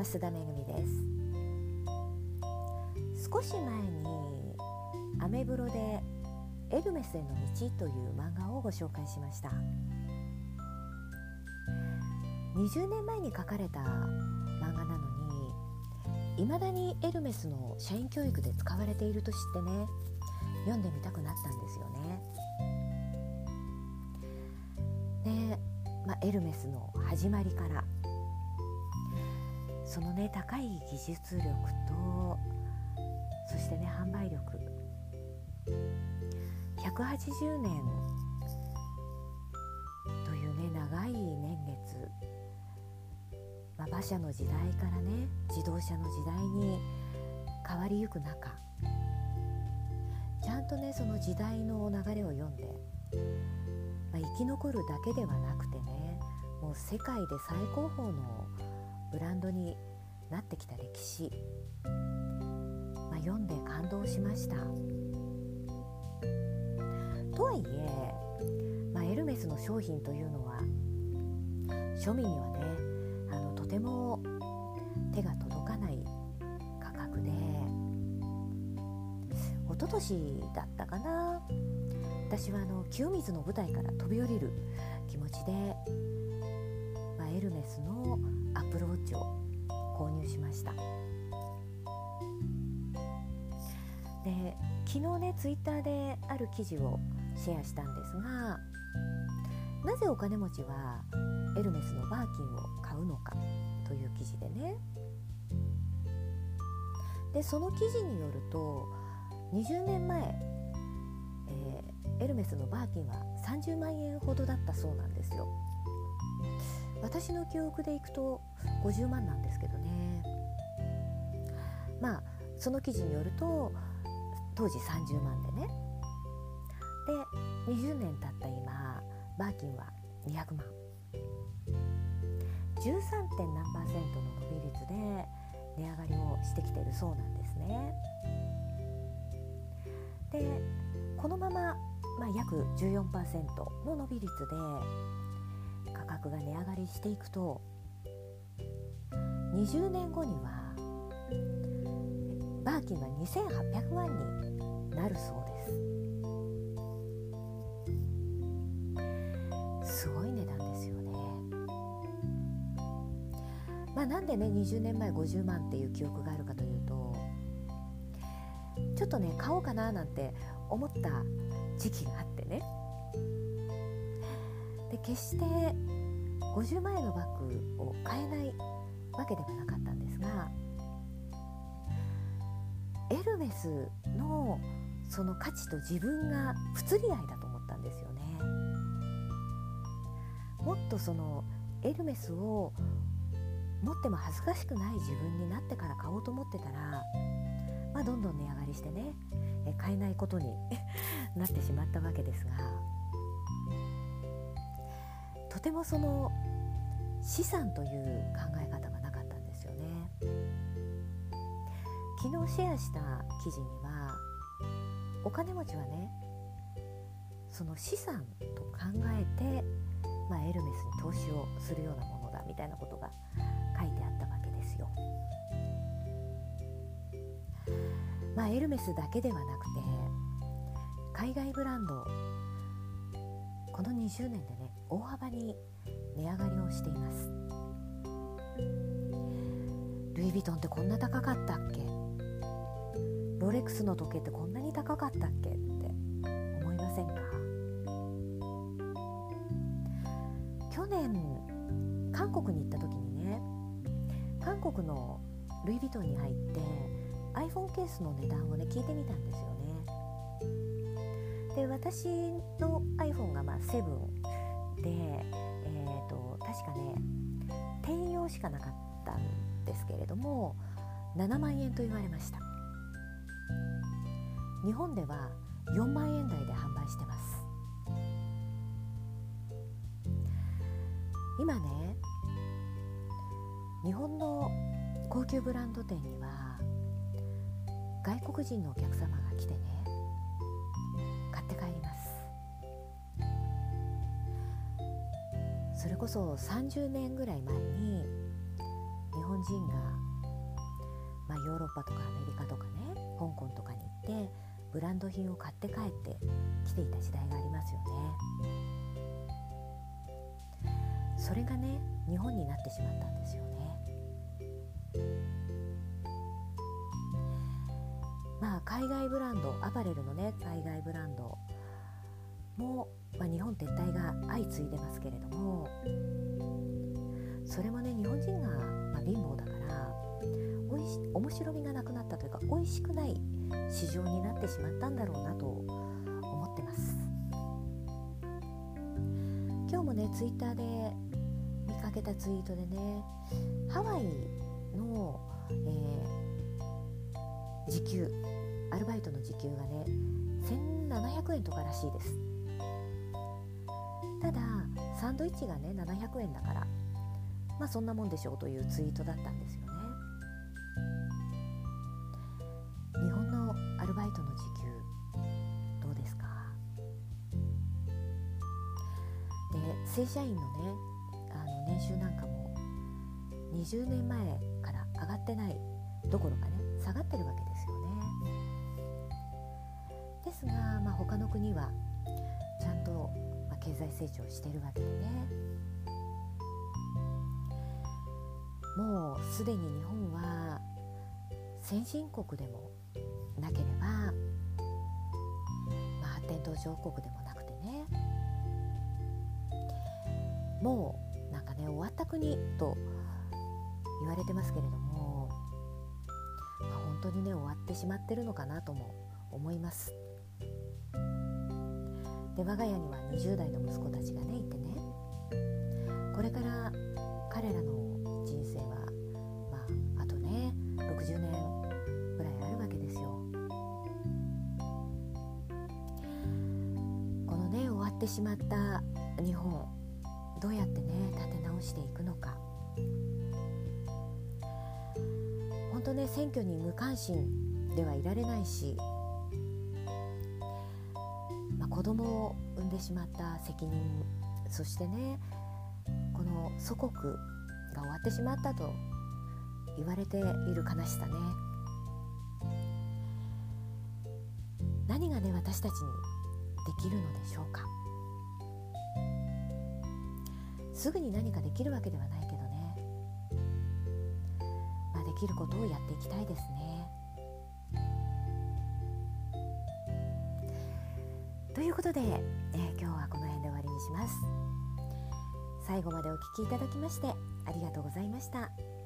増田めぐみです。少し前にアメブロでエルメスへの道という漫画をご紹介しました。20年前に書かれた漫画なのに、未だにエルメスの社員教育で使われていると知ってね、読んでみたくなったんですよね。で、エルメスの始まりからそのね、高い技術力と、そしてね、販売力、180年というね、長い年月、馬車の時代からね、自動車の時代に変わりゆく中、ちゃんとね、その時代の流れを読んで、生き残るだけではなくてね、もう世界で最高峰のブランドになってきた歴史、読んで感動しました。とはいえ、エルメスの商品というのは庶民にはね、とても手が届かない価格で、一昨年だったかな、私は清水の舞台から飛び降りる気持ちで、エルメスのアプローチを購入しました。で、昨日ね、ツイッターである記事をシェアしたんですが、なぜお金持ちはエルメスのバーキンを買うのかという記事でね。で、その記事によると、20年前、エルメスのバーキンは30万円ほどだったそうなんですよ。私の記憶でいくと50万なんですけどね。その記事によると、当時30万でね。で、20年経った今、バーキンは200万。13. 何%の伸び率で値上がりをしてきているそうなんですね。で、このまま、約 14% の伸び率で価格が値上がりしていくと、20年後にはバーキンは2800万になるそうです。すごい値段ですよね。なんでね、20年前50万っていう記憶があるかというと、ちょっとね、買おうかななんて思った時期があってね。で、決して50万円のバッグを買えないわけではなかったんですが、エルメスのその価値と自分が不釣り合いだと思ったんですよね。もっとそのエルメスを持っても恥ずかしくない自分になってから買おうと思ってたら、どんどん値上がりしてね、買えないことになってしまったわけですが、とてもその資産という考え方がなかったんですよね。昨日シェアした記事には、お金持ちはね、その資産と考えて、エルメスに投資をするようなものだみたいなことが書いてあったわけですよ。エルメスだけではなくて、海外ブランド、この20年でね、大幅に値上がりをしています。ルイ・ヴィトンってこんな高かったっけ？ロレックスの時計ってこんなに高かったっけって思いませんか？去年韓国に行った時にね、韓国のルイ・ヴィトンに入って iPhone ケースの値段をね、聞いてみたんですよね。で、私の iPhone が7で、確かね、転用しかなかったんですけれども、7万円と言われました。日本では4万円台で販売してます。今ね、日本の高級ブランド店には外国人のお客様が来てね、買って帰ります。それこそ30年ぐらい前に日本本人が、ヨーロッパとかアメリカとかね、香港とかに行ってブランド品を買って帰ってきていた時代がありますよね。それがね、日本になってしまったんですよね。海外ブランド、アパレルのね、海外ブランドも、日本撤退が相次いでますけれども、それもね、日本人が、貧乏だから面白みがなくなったというか、美味しくない市場になってしまったんだろうなと思ってます。今日もね、ツイッターで見かけたツイートでね、ハワイの、時給、アルバイトの時給がね1700円とからしいです。ただサンドイッチがね700円だから、そんなもんでしょうというツイートだったんですよね。日本のアルバイトの時給どうですか？で、正社員のね、年収なんかも20年前から上がってないどころかね、下がってるわけですよね。ですが、他の国はちゃんと、経済成長しているわけでね、もうすでに日本は先進国でもなければ、発展途上国でもなくてね、もうなんかね、終わった国と言われてますけれども、本当にね、終わってしまってるのかなとも思います。で、我が家には20代の息子たちがねいてね、これから彼らの人生は、あとね60年ぐらいあるわけですよ。このね、終わってしまった日本、どうやってね立て直していくのか。本当ね、選挙に無関心ではいられないし、子供を産んでしまった責任、そしてね、この祖国が終わってしまったと言われている悲しさね。何がね、私たちにできるのでしょうか。すぐに何かできるわけではないけどね、できることをやっていきたいですね。ということで、今日はこの辺で終わりにします。最後までお聞きいただきましてありがとうございました。